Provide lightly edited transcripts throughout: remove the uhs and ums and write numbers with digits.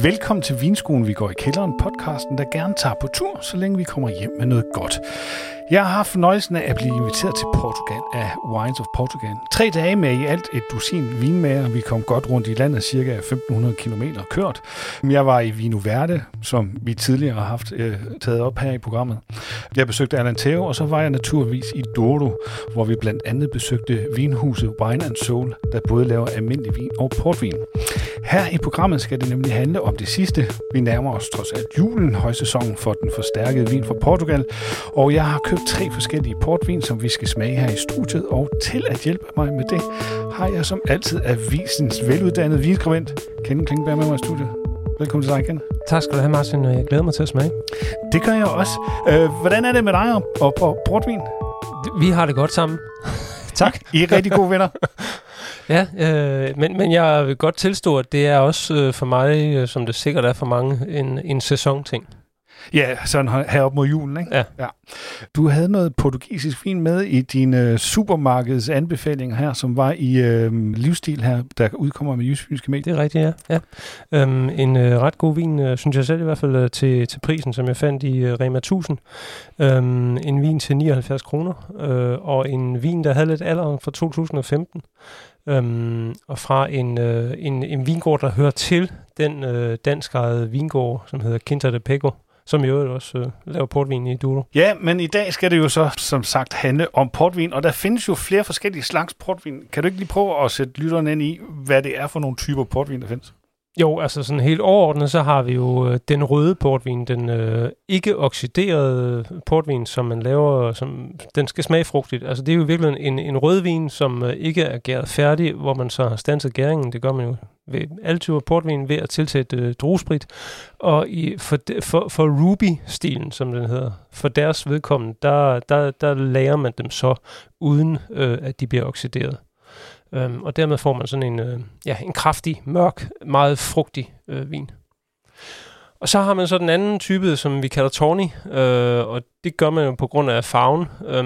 Velkommen til Vinskolen, vi går i kælderen, podcasten, der gerne tager på tur, så længe vi kommer hjem med noget godt. Jeg har haft fornøjelsen af at blive inviteret til Portugal af Wines of Portugal. 3 dage med i alt et dusin vinmager. Vi kom godt rundt i landet, cirka 1.500 kilometer kørt. Jeg var i Vinho Verde, som vi tidligere har haft taget op her i programmet. Jeg besøgte Alentejo, og så var jeg naturligvis i Douro, hvor vi blandt andet besøgte vinhuset Wine and Soul, der både laver almindelig vin og portvin. Her i programmet skal det nemlig handle om det sidste. Vi nærmer os trods alt julen, højsæsonen for den forstærkede vin fra Portugal, og jeg har købt 3 forskellige portvin, som vi skal smage her i studiet, og til at hjælpe mig med det, har jeg som altid avisens veluddannede vinskribent Kenneth Klingberg med mig i studiet. Velkommen til dig, Kenneth. Tak skal du have, Martin. Jeg glæder mig til at smage. Det gør jeg også. Hvordan er det med dig og portvin? Vi har det godt sammen. Tak. I er rigtig gode venner. Ja, men jeg vil godt tilstå, at det er også for mig, som det sikkert er for mange, en sæsonting. Ja, sådan heroppe mod julen, ikke? Ja. Du havde noget portugisisk vin med i din supermarkeds anbefalinger her, som var i livsstil her, der udkommer med Jysk Fynske Medier. Det er rigtigt, ja. En ret god vin, synes jeg selv i hvert fald, til prisen, som jeg fandt i Rema 1000. En vin til 79 kroner, og en vin, der havde lidt alder fra 2015. Og fra en vingård, der hører til den danskejede vingård, som hedder Quinta de Pego, som jo også laver portvin i Douro. Ja, men i dag skal det jo så, som sagt, handle om portvin, og der findes jo flere forskellige slags portvin. Kan du ikke lige prøve at sætte lytterne ind i, hvad det er for nogle typer portvin, der findes? Jo, altså sådan helt overordnet, så har vi jo den røde portvin, den ikke oxiderede portvin, som man laver, som den skal smage frugtigt. Altså det er jo virkelig en rødvin, som ikke er gæret færdig, hvor man så har standset gæringen. Det gør man jo ved alle typer portvin ved at tilsætte druesprit. Og for Ruby-stilen, som den hedder, for deres vedkommende, der lager man dem så, uden at de bliver oxideret. Og dermed får man sådan en kraftig, mørk, meget frugtig vin. Og så har man så den anden type, som vi kalder Tawny, og det gør man jo på grund af farven,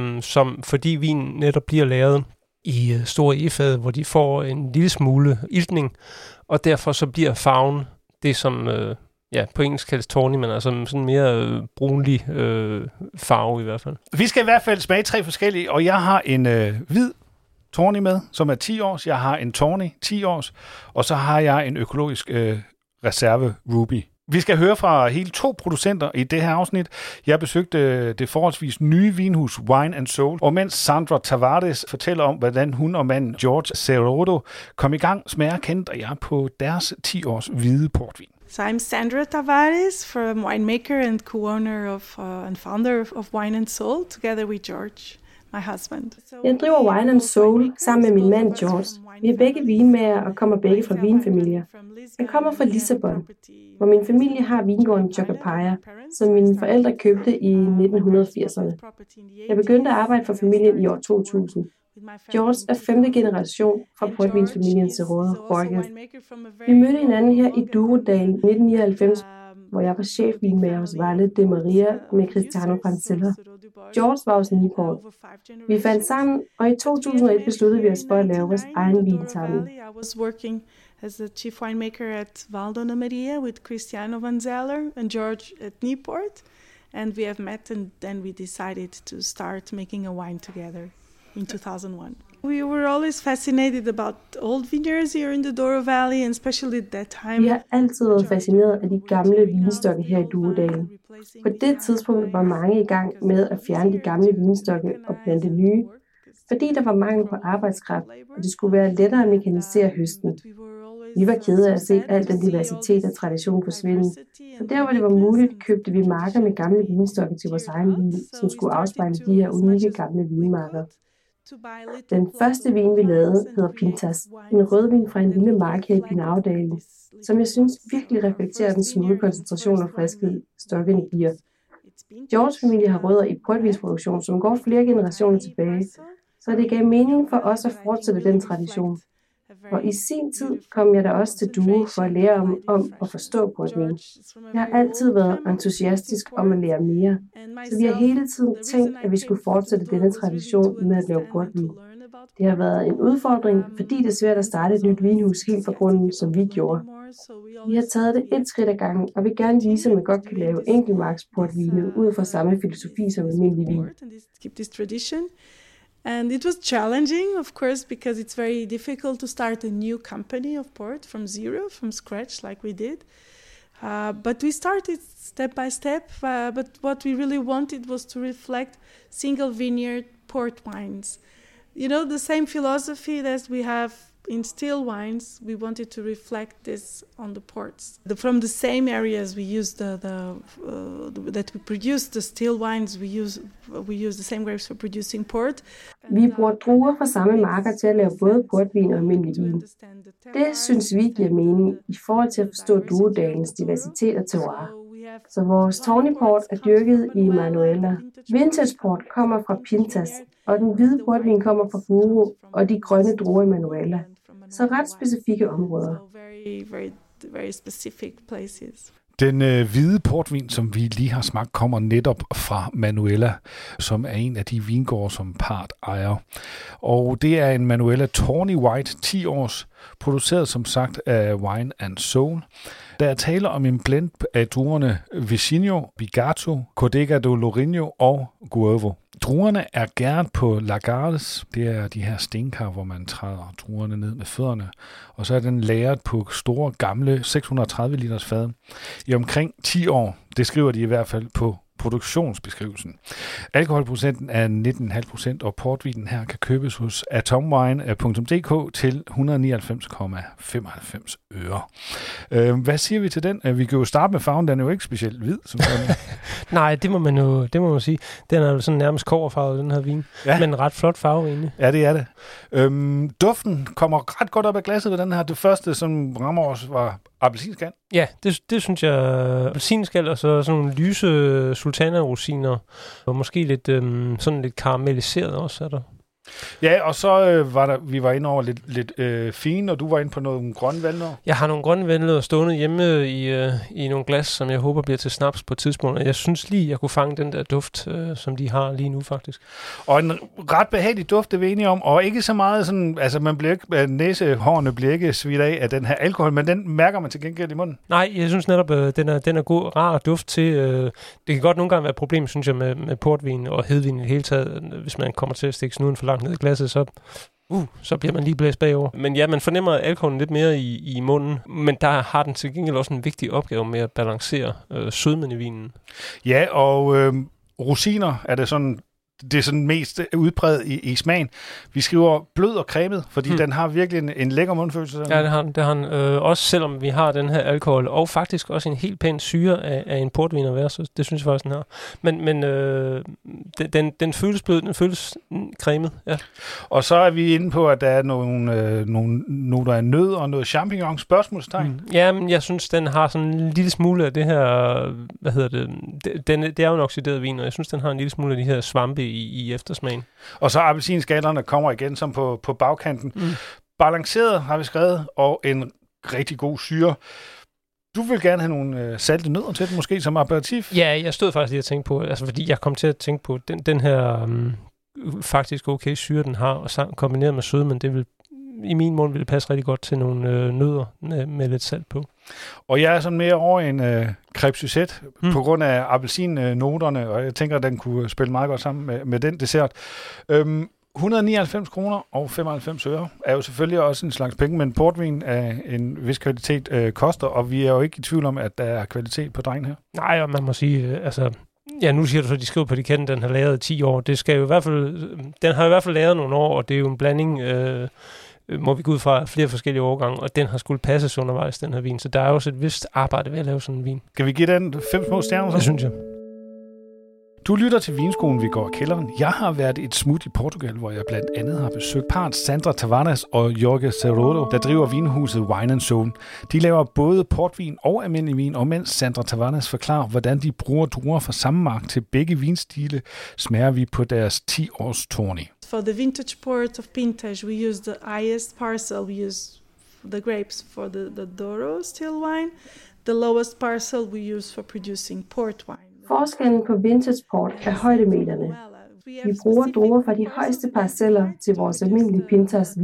fordi vinen netop bliver lavet i store egefade, hvor de får en lille smule iltning, og derfor så bliver farven det, som på engelsk kaldes Tawny, men altså sådan mere brunlig farve i hvert fald. Vi skal i hvert fald smage 3 forskellige, og jeg har en hvid Tawny med, som er 10 års. Jeg har en Tawny 10 års, og så har jeg en økologisk reserve Ruby. Vi skal høre fra hele 2 producenter i det her afsnit. Jeg besøgte det forholdsvis nye vinhus Wine and Soul, og mens Sandra Tavares fortæller om, hvordan hun og manden George Cerodo kom i gang, smager Kent og jeg på deres 10 års hvide portvin. So I'm Sandra Tavares, from winemaker and co-owner of and founder of Wine and Soul, together with George, my husband. Jeg driver Wine and Soul sammen med min mand George. Vi er begge vinmager og kommer begge fra vinfamilier. Jeg kommer fra Lissabon, hvor min familie har vingården Chocopaya, som mine forældre købte i 1980'erne. Jeg begyndte at arbejde for familien i år 2000. George er 5. generation fra portvinsfamilien Cerodo Borges. Vi mødte hinanden her i Dourodalen 1999, hvor jeg var chefvinmager hos Valle de Maria med Cristiano Pancella. George var hos Niport. Vi fandt sammen, og i 2001 besluttede vi os for at lave vores egen vin sammen. I was working as the chief winemaker at Val de Maria with Cristiano Vanzeller and George at Niport, and we have met, and then we decided to start making a wine together in 2001. We were always fascinated about old vineyards here in the Douro Valley, and especially at that time. Vi har altid været fascineret af de gamle vinstokke her i Dourodalen. På det tidspunkt var mange i gang med at fjerne de gamle vinstokke og plante nye, fordi der var mangel på arbejdskraft, og det skulle være lettere at mekanisere høsten. Vi var kede af at se al den diversitet og tradition forsvinde, så der hvor det var muligt, købte vi marker med gamle vinstokke til vores egen vin, som skulle afspejle de her unikke gamle vinmarker. Den første vin, vi lavede, hedder Pintas, en rødvin fra en lille mark her i Pinau-dalen, som jeg synes virkelig reflekterer den smukke koncentration og friskhed, stokkene giver. Georges familie har rødder i portvinsproduktion, som går flere generationer tilbage, så det gav mening for os at fortsætte den tradition. Og i sin tid kom jeg da også til Douro for at lære om at forstå portvin. Jeg har altid været entusiastisk om at lære mere, så vi har hele tiden tænkt, at vi skulle fortsætte denne tradition med at lave portvin. Det har været en udfordring, fordi det er svært at starte et nyt vinhus helt fra grunden, som vi gjorde. Vi har taget det et skridt ad gangen, og vil gerne vise, at man godt kan lave enkeltmarksportvine ud fra samme filosofi som almindelig vin. And it was challenging, of course, because it's very difficult to start a new company of port from zero, from scratch, like we did. But we started step by step. But what we really wanted was to reflect single vineyard port wines. You know, the same philosophy that we have in still wines, we wanted to reflect this on the ports. From the same areas we use that we produce the still wines, we use the same grapes for producing port. Vi bruger druer fra samme marker til at lave både portvin og almindelig vin. Det synes vi giver mening i forhold til at forstå Duodalens diversitet og terroir. Så vores Tawny Port er dyrket i Manuela. Vintage Port kommer fra Pintas, og den hvide portvin kommer fra Buro og de grønne druer i Manuela. Så ret specifikke områder. Very specific places. Den hvide portvin, som vi lige har smagt, kommer netop fra Manuela, som er en af de vingårde, som parret ejer. Og det er en Manuela Tawny White 10 års, produceret som sagt af Wine and Soul. Der er tale om en blend af druerne Vicinio, Bigato, Codega do Lourinhã og Guervo. Druerne er gæret på Lagardes. Det er de her stenkar, hvor man træder druerne ned med fødderne. Og så er den lagret på store, gamle 630 liters fad i omkring 10 år. Det skriver de i hvert fald på produktionsbeskrivelsen. Alkoholprocenten er 19,5%, og portvinen her kan købes hos atomwine.dk til 199,95 øre. Hvad siger vi til den? Vi kan jo starte med farven, den er jo ikke specielt hvid. Som Nej, det må man sige. Den er jo sådan nærmest kobberfarvet, den her vin. Ja. Men en ret flot farve egentlig. Ja, det er det. Duften kommer ret godt op af glasset ved den her. Det første, som rammer os, var appelsinskal. Ja, det synes jeg. Appelsinskal og så sådan nogle lyse sultanerosiner. Og måske lidt, sådan lidt karamelliseret også, er der. Ja, og så vi var inde over lidt fine, og du var inde på nogle grønne valnødder. Jeg har nogle grønne valnødder stående hjemme i nogle glas, som jeg håber bliver til snaps på et tidspunkt. Og jeg synes lige, jeg kunne fange den der duft, som de har lige nu faktisk. Og en ret behagelig duft, det er vi enige om, og ikke så meget sådan, altså man bliver ikke, næsehårene bliver ikke svidt af den her alkohol, men den mærker man til gengæld i munden. Nej, jeg synes netop, den er god, rar duft til. Det kan godt nogle gange være et problem, synes jeg, med portvin og hedvin i det hele taget, hvis man kommer til at stikke snuden for langt ned i glasset, så bliver man lige blæst bagover. Men ja, man fornemmer alkoholen lidt mere i munden, men der har den til gengæld også en vigtig opgave med at balancere sødmen i vinen. Ja, og rosiner er det sådan mest udbredt i smagen. Vi skriver blød og cremet, fordi den har virkelig en lækker mundfølelse. Ja, det har den. Også selvom vi har den her alkohol, og faktisk også en helt pæn syre af en portvin at være, så det synes jeg faktisk, den har. Men den føles blød, den føles cremet, ja. Og så er vi inde på, at der er nogle der er nød og noget champignon, spørgsmålstegn. Ja, men jeg synes, den har sådan en lille smule af det her, det er jo en oxideret vin, og jeg synes, den har en lille smule af de her svampe i eftersmagen. Og så appelsinskallerne kommer igen som på bagkanten. Balanceret har vi skrevet, og en rigtig god syre. Du vil gerne have nogle salte nødder til det, måske som aperitif? Ja, jeg stod faktisk lige og tænkte på, altså fordi jeg kom til at tænke på, den her faktisk okay syre, den har, og kombineret med sødmen, det vil i min mund ville passe rigtig godt til nogle nødder med lidt salt på. Og jeg er sådan mere over en crêpe Suzette på grund af appelsinnoterne, og jeg tænker, at den kunne spille meget godt sammen med den dessert. 199 kroner og 95 øre er jo selvfølgelig også en slags penge, men portvin af en vis kvalitet koster, og vi er jo ikke i tvivl om, at der er kvalitet på drengen her. Nej, og man må sige, ja, nu siger du så, at de skriver på etiketten, den har lavet 10 år. Det skal jo i hvert fald, den har i hvert fald lavet nogle år, og det er jo en blanding, må vi gå ud fra flere forskellige årgange, og den har skulle passes undervejs, den her vin. Så der er også et vist arbejde ved at lave sådan en vin. Kan vi give den 5 små stjerner? Det synes jeg. Du lytter til Vinskolen, vi går i kælderen. Jeg har været et smut i Portugal, hvor jeg blandt andet har besøgt parret Sandra Tavares og Jorge Cerodo, der driver vinhuset Wine and Soul. De laver både portvin og almindelig vin, og mens Sandra Tavares forklarer, hvordan de bruger druer fra samme mark til begge vinstile, smager vi på deres 10 års Tawny. For the vintage port of Pintas, we use the highest parcel. We use the grapes for the Douro still wine. The lowest parcel we use for producing port wine. Forskellen på vintage port er højdemeterne. Vi bruger druer fra de højeste parceller til vores almindelige Pintas vin.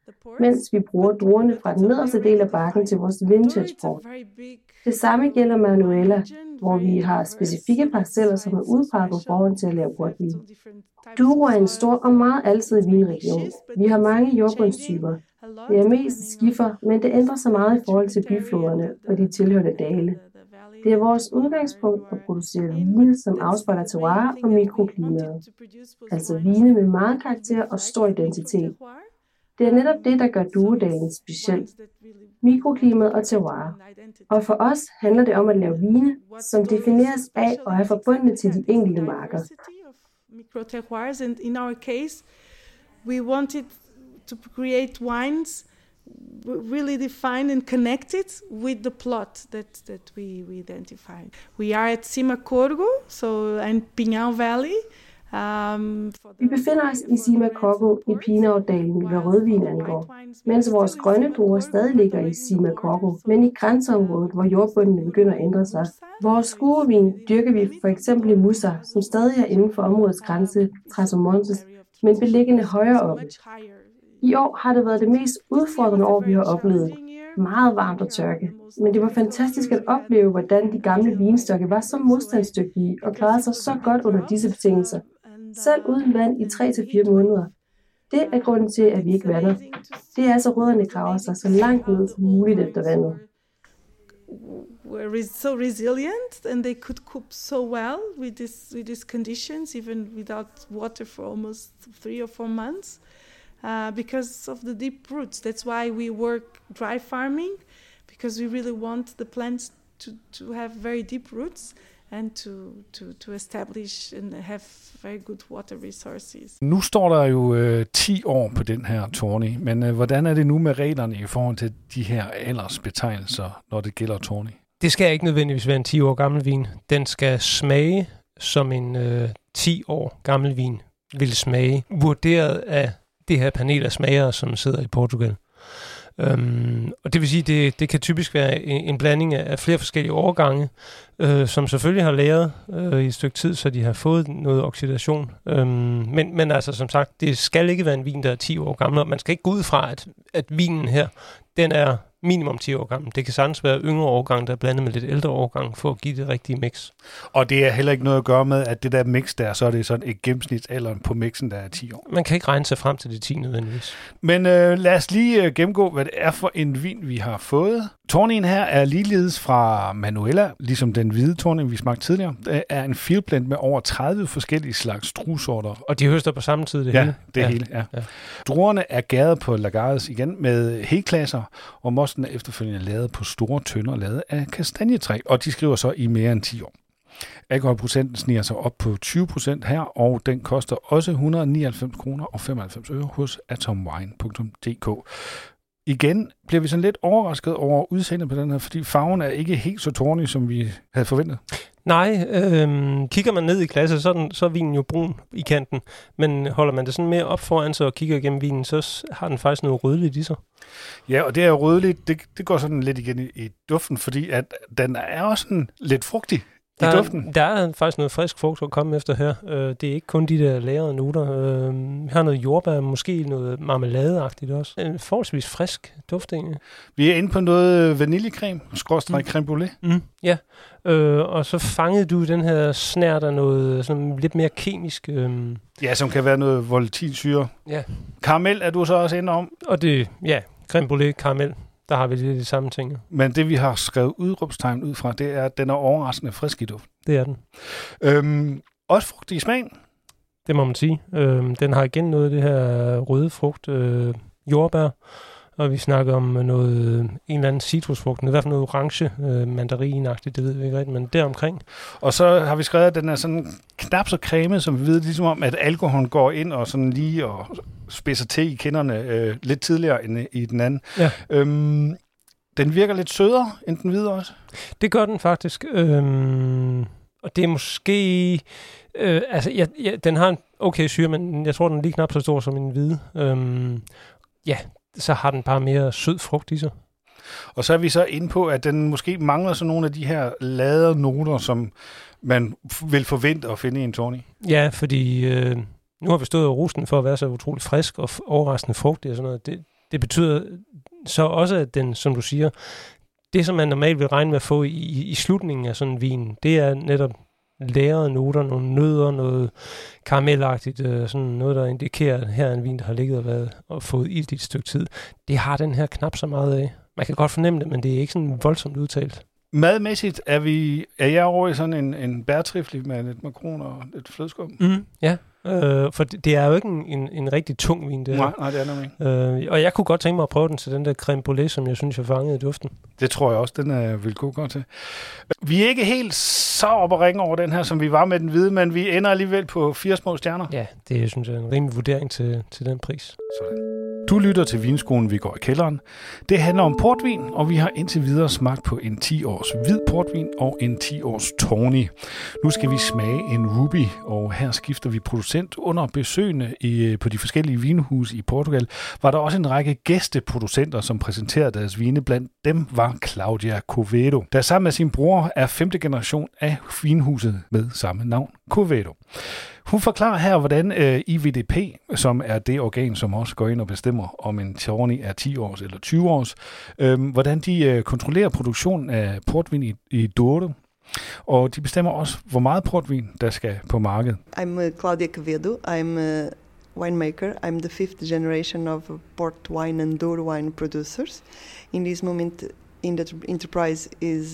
mens vi bruger druerne fra den nederste del af bakken til vores vintage port. Det samme gælder Manuela, hvor vi har specifikke parceller, som er udpeget på forhånd til at lave portvin. Douro er en stor og meget alsidig vinregion. Vi har mange jordbundstyper. Det er mest skifer, men det ændrer sig meget i forhold til byfloderne og de tilhørende dale. Det er vores udgangspunkt at producere vine, som afspejler terroir og mikroklimaet. Altså vine med meget karakter og stor identitet. Det er netop det, der gør Dourodalen specielt. Mikroklimaet og terroir. Og for os handler det om at lave vine, som defineres af og er forbundne til de enkelte marker. Microterroirs, and in our case, we wanted to create wines really defined and connected with the plot that we identified. We are at Cima Corgo, so in Pinhão Valley. Vi befinder os i Cima Corgo i Pinhão-dalen, hvad rødvin angår, mens vores grønne druer stadig ligger i Cima Corgo, men i grænseområdet, hvor jordbundene begynder at ændre sig. Vores skuevin dyrker vi for eksempel i Musa, som stadig er inden for områdets grænse, Trás-os-Montes, men beliggende højere oppe. I år har det været det mest udfordrende år, vi har oplevet. Meget varmt og tørke. Men det var fantastisk at opleve, hvordan de gamle vinstokke var så modstandsdygtige og klarede sig så godt under disse betingelser. Selv uden vand i 3-4 måneder. Det er grunden til, at vi ikke vander. Det er altså rødderne graver sig så langt ned som muligt efter vandet. Were so resilient, and they could cope so well with these conditions, even without water for almost 3 or 4 months. Because of the deep roots. That's why we work dry farming, because we really want the plants to have very deep roots and to establish and have very good water resources. Nu står der jo 10 år på den her Tawny, men hvordan er det nu med reglerne i forhold til de her aldersbetegnelser, når det gælder Tawny? Det skal ikke nødvendigvis være en 10 år gammel vin. Den skal smage som en 10 år gammel vin vil smage, vurderet af det her panel af smagere, som sidder i Portugal. Og det vil sige, det kan typisk være en blanding af flere forskellige årgange, som selvfølgelig har lagret i et stykke tid, så de har fået noget oxidation. Men altså, som sagt, det skal ikke være en vin, der er 10 år gammel, og man skal ikke gå ud fra, at vinen her, den er minimum 10 år gammel. Det kan sagtens være yngre årgang, der er blandet med lidt ældre årgang, for at give det rigtige mix. Og det er heller ikke noget at gøre med, at det der mix der, så er det sådan et gennemsnitsalder på mixen, der er 10 år. Man kan ikke regne sig frem til det 10 nødvendigvis. Men lad os lige gennemgå, hvad det er for en vin, vi har fået. Tawny'en her er ligeledes fra Manuela, ligesom den hvide Tawny, vi smagte tidligere. Det er en fieldblend med over 30 forskellige slags druesorter. Og de høster på samme tid, det hele? Det hele, ja. Druerne er gæret på lagares igen med heklasser, og mosten er efterfølgende lavet på store tønder lavet af kastanjetræ, og de skriver så i mere end 10 år. Alkoholprocenten sniger sig op på 20% her, og den koster også 199 kroner og 95 øre hos atomwine.dk. Igen bliver vi sådan lidt overrasket over udseendet på den her, fordi farven er ikke helt så tawny, som vi havde forventet. Nej, kigger man ned i glasset, så er vinen jo brun i kanten. Men holder man det sådan mere op foran sig og kigger igennem vinen, så har den faktisk noget rødligt i sig. Ja, og det er jo rødligt, det går sådan lidt igen i duften, fordi at den er også sådan lidt frugtig. Der er faktisk noget frisk frugt at komme efter her. Det er ikke kun de der lagrede noter. Vi har noget jordbær, måske noget marmeladeagtigt også. En forholdsvis frisk duft egentlig. Vi er inde på noget vaniljekrem, creme brûlée. Ja, og så fangede du den her snert af noget sådan lidt mere kemisk. Ja, som kan være noget volatilsyre. Ja. Karamel er du så også inde om. Og det, ja, creme brûlée, karamel. Der har vi lidt de samme ting. Men det, vi har skrevet udråbstegn ud fra, det er, at den er overraskende frisk i duft. Det er den. Også frugtig i smagen. Det må man sige. Den har igen noget af det her røde frugt, jordbær, og vi snakker om noget, en eller anden citrusfrugt, i hvert fald noget orange, mandarinagtigt, det ved vi ikke rigtigt, men deromkring. Og så har vi skrevet, at den er sådan knap så cremet, som vi ved, ligesom om, at alkoholen går ind og sådan lige og spidser til i kinderne lidt tidligere end i den anden. Ja. Den virker lidt sødere end den hvide også. Det gør den faktisk. Og det er måske... den har en okay syre, men jeg tror, den er lige knap så stor som en hvide. Så har den bare mere sød frugt i sig. Og så er vi så inde på, at den måske mangler så nogle af de her ladede noter, som man vil forvente at finde i en Tawny. Ja, fordi nu har vi stået og rosten for at være så utroligt frisk og overraskende frugtig og sådan noget. det betyder så også, at den, som du siger, det som man normalt vil regne med at få i slutningen af sådan en vin, det er netop lærede noter, nogle nødder, noget karamelagtigt, sådan noget, der indikerer, at her er en vin, der har ligget og fået ilt i et stykke tid. Det har den her knap så meget af. Man kan godt fornemme det, men det er ikke sådan voldsomt udtalt. Madmæssigt er jeg over i sådan en bærtrifle med lidt makron og lidt flødeskum. Ja, for det er jo ikke en rigtig tung vin. Det Nej, det er nemlig ikke. Og jeg kunne godt tænke mig at prøve den til den der crème brûlée, som jeg synes, jeg fangede i duften. Det tror jeg også, den vil gå godt til. Vi er ikke helt så op og ringe over den her, som vi var med den hvide, men vi ender alligevel på 4 små stjerner. Ja, det synes jeg er en rimelig vurdering til den pris. Sådan. Du lytter til Vinskolen, vi går i kælderen. Det handler om portvin, og vi har indtil videre smagt på en 10-års hvid portvin og en 10-års tawny. Nu skal vi smage en ruby, og her skifter vi producent. Under besøgende på de forskellige vinhuse i Portugal var der også en række gæsteproducenter, som præsenterede deres vine. Blandt dem var Claudia Covedo, der sammen med sin bror er 5. generation af vinhuset med samme navn, Covedo. Hun forklarer her, hvordan IVDP, som er det organ, som også går ind og bestemmer, om en tawny er 10 års eller 20 års, hvordan de kontrollerer produktionen af portvin i Douro. Og de bestemmer også, hvor meget portvin, der skal på markedet. I'm Claudia Covedo. I'm a winemaker. I'm the 5th generation of port wine and Douro wine producers. In this moment, the enterprise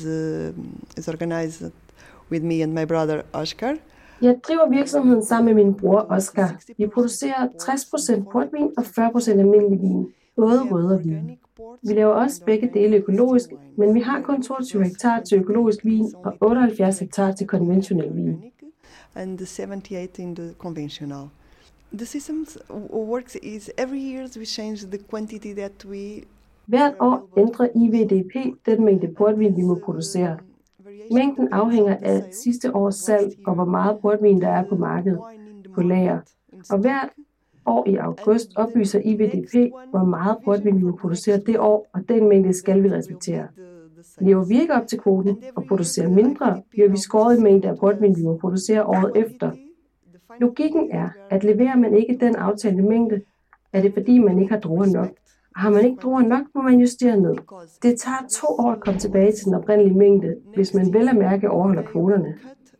is organized with me and my brother Oscar. Jeg driver virksomheden sammen med min bror Oscar. Vi producerer 60% portvin og 40% almindelig vin, både rød og hvid. Vi laver også begge dele økologisk, men vi har kun 22 hektar til økologisk vin og 78 hektar til konventionel vin. And 78 in the conventional. The system works is every year we change the quantity that we. Hvert år ændrer IVDP den mængde portvin, vi må producere. Mængden afhænger af sidste års salg og hvor meget portvin der er på markedet på lager. Og hvert år i august oplyser IVDP, hvor meget portvin vi må producere det år, og den mængde skal vi respektere. Lever vi ikke op til kvoten og producerer mindre, bliver vi skåret i mængde af portvin, vi må producere året efter. Logikken er, at leverer man ikke den aftalte mængde, er det fordi man ikke har druer nok. Og har man ikke druer nok, må man justere ned. Det tager 2 år at komme tilbage til den oprindelige mængde, hvis man vel at mærke overholder kvoterne.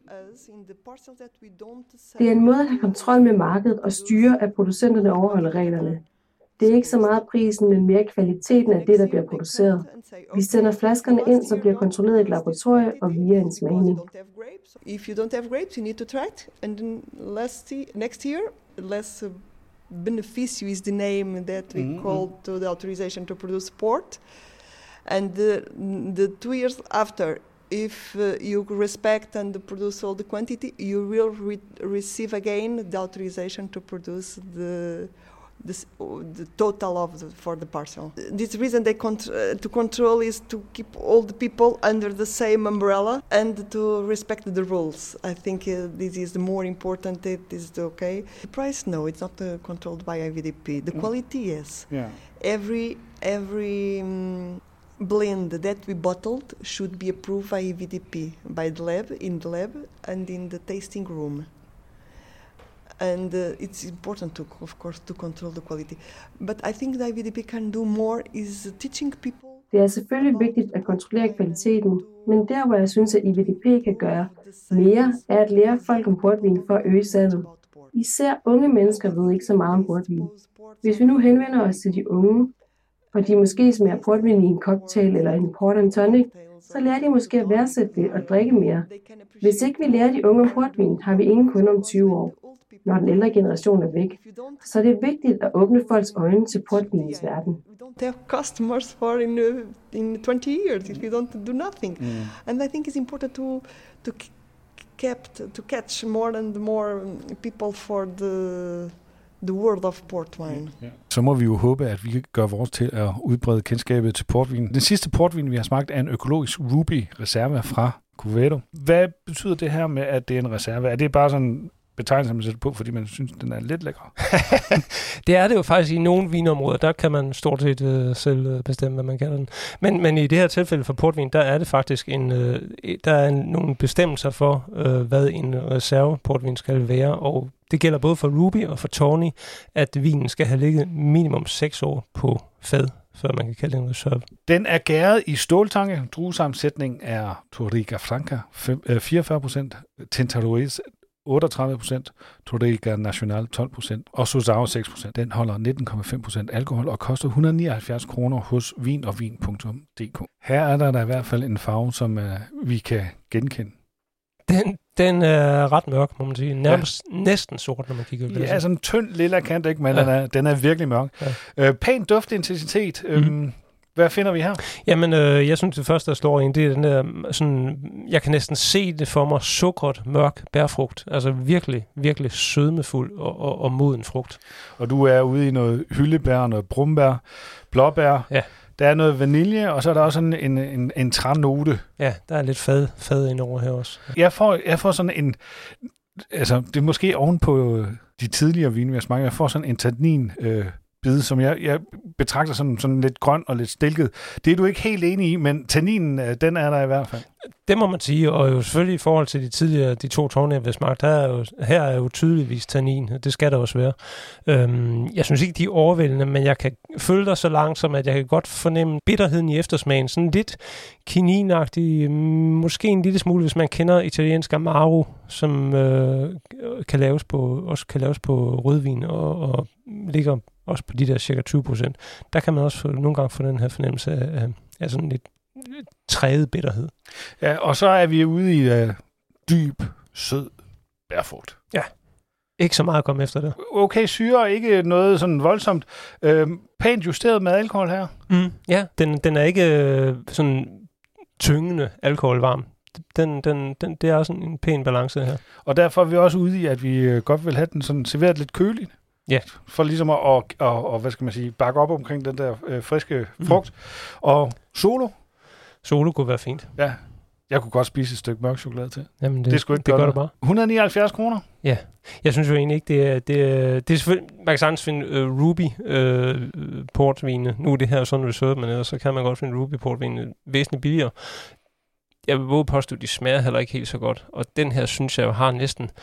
Det er en måde at have kontrol med markedet og styre, at producenterne overholder reglerne. Det er ikke så meget prisen, men mere kvaliteten af det, der bliver produceret. Vi sender flaskerne ind, som bliver kontrolleret i et laboratorium og via en smagning. If you don't have grapes, you need to try it, and then next year, less beneficio is the name that we call to the authorization to produce port, and the 2 years after, if you respect and produce all the quantity, you will receive again the authorization to produce the total for the parcel. This reason to control is to keep all the people under the same umbrella and to respect the rules. I think this is the more important. It is okay. The price, no, it's not controlled by IVDP. The quality, yes. Yeah. Every blend that we bottled should be approved by IVDP, by the lab, and in the tasting room. And it's important to, of course, to control the quality. But I think the IVDP can do more is teaching people. Det er selvfølgelig vigtigt at kontrollere kvaliteten, men der, hvor jeg synes, at IVDP kan gøre mere, er at lære folk om portvin for at øge salget. Især unge mennesker ved ikke så meget om portvin. Hvis vi nu henvender os til de unge, og de måske smager portvin i en cocktail eller en port and tonic, så lærer de måske at værdsætte det og drikke mere. Hvis ikke vi lærer de unge om portvin, har vi ingen kunder om 20 år, når den ældre generation er væk. Så det er vigtigt at åbne folks øjne til portvinens verden. We don't have customers for in 20 years if you don't do nothing. And I think it's important to catch more and more people for the world of port wine. Så må vi jo håbe, at vi kan gøre vores til at udbrede kendskabet til portvin. Den sidste portvin, vi har smagt, er en økologisk Ruby Reserve fra Covedo. Hvad betyder det her med, at det er en reserve? Er det bare sådan betegnelse, man sætter på, fordi man synes, den er lidt lækker? Det er det jo faktisk i nogle vinområder. Der kan man stort set selv bestemme, hvad man kalder den. Men i det her tilfælde for portvin, der er det faktisk nogle bestemmelser for, hvad en reserve portvin skal være, og det gælder både for Ruby og for Tawny, at vinen skal have ligget minimum 6 år på fad, før man kan kalde det en reserve. Den er gæret i ståltanke. Druesammensætningen er Touriga Franca 44%, Tentaruez 38%, Touriga Nacional 12% og Suzao 6%. Den holder 19,5% alkohol og koster 179 kroner hos vinovin.dk. Her er der i hvert fald en farve, som vi kan genkende. Den er ret mørk, må man sige. Nærmest næsten sort, når man kigger på det. Ja, sådan en tynd lilla kant, ikke? Men den er virkelig mørk. Ja. Pæn duftintensitet. Hvad finder vi her? Jamen, jeg synes, det første, der slår ind, det er den der, sådan, jeg kan næsten se det for mig, sukkeret, mørk bærfrugt. Altså virkelig, virkelig sødmefuld og moden frugt. Og du er ude i noget hyldebær, noget brumbær, blåbær. Ja. Der er noget vanilje, og så er der også en trænote. Ja, der er lidt fad indover her også. Jeg får sådan en... Altså, det er måske oven på de tidligere vine, jeg smager. Jeg får sådan en tannin bid, som jeg betragter som sådan lidt grøn og lidt stilket. Det er du ikke helt enig i, men tanninen, den er der i hvert fald. Det må man sige, og jo selvfølgelig i forhold til de to tårne, jeg vil smagt, her er jo tydeligvis tannin. Det skal der også være. Jeg synes ikke, de er overvældende, men jeg kan følge dig så langt, som at jeg kan godt fornemme bitterheden i eftersmagen. Sådan lidt kininagtig, måske en lille smule, hvis man kender italiensk Amaro, som kan laves på rødvin og ligger også på de der cirka 20%. Der kan man også nogle gange få den her fornemmelse af sådan lidt træet bitterhed. Ja, og så er vi ude i dyb, sød bærfrugt. Ja, ikke så meget at komme efter det. Okay, syre, ikke noget sådan voldsomt. Pænt justeret med alkohol her. Ja, den er ikke sådan tyngende alkoholvarm. Det er også en pæn balance her. Og derfor er vi også ude i, at vi godt vil have den sådan serveret lidt køligt. Ja. For ligesom at hvad skal man sige, bakke op omkring den der friske frugt. Og Solo kunne være fint. Ja. Jeg kunne godt spise et stykke mørk chokolade til. Jamen det skulle ikke det gør det bare. 179 kroner. Ja. Jeg synes jo egentlig ikke, det er selvfølgelig, man kan sagtens finde Ruby portvine. Nu er det her sådan reserve, men ellers så kan man godt finde Ruby portvine væsentligt billigere. Jeg vil våge påstå, de smager heller ikke helt så godt. Og den her, synes jeg jo, har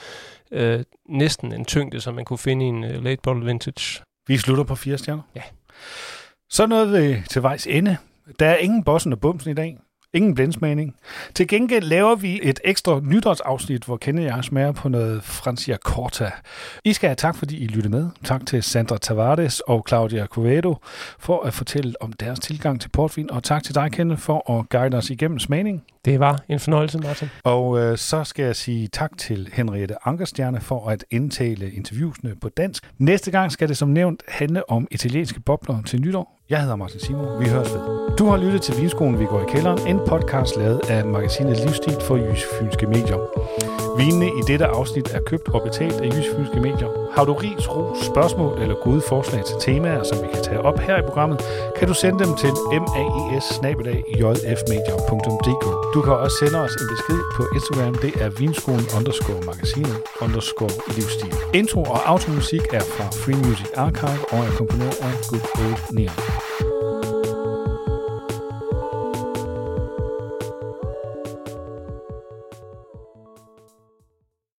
næsten en tyngde, som man kunne finde i en late bottle vintage. Vi slutter på 4 stjerner. Ja. Så nåede vi til vejs ende. Der er ingen bossen og bumsen i dag. Ingen blindsmagning. Til gengæld laver vi et ekstra nytårsafsnit, hvor Kenneth og jeg smager på noget Franciacorta. I skal have tak, fordi I lyttede med. Tak til Sandra Tavares og Claudia Covedo for at fortælle om deres tilgang til portvin. Og tak til dig, Kenneth, for at guide os igennem smagning. Det var en fornøjelse, Martin. Og så skal jeg sige tak til Henriette Ankerstjerne for at indtale interviewsene på dansk. Næste gang skal det som nævnt handle om italienske bobler til nytår. Jeg hedder Martin Simon. Vi høres ved. Du har lyttet til Vinskolen, vi går i kælderen. En podcast lavet af magasinet Livsstil for Jysk Fynske Medier. Vinene i dette afsnit er købt og betalt af Jysk Fynske Medier. Har du ris, ros, spørgsmål eller gode forslag til temaer, som vi kan tage op her i programmet, kan du sende dem til maes@jfmedia.dk. Du kan også sende os en besked på Instagram. Det er vinskolen_magasinet_livsstil. Intro og automusik er fra Free Music Archive og er komponeret af Good Old Neon.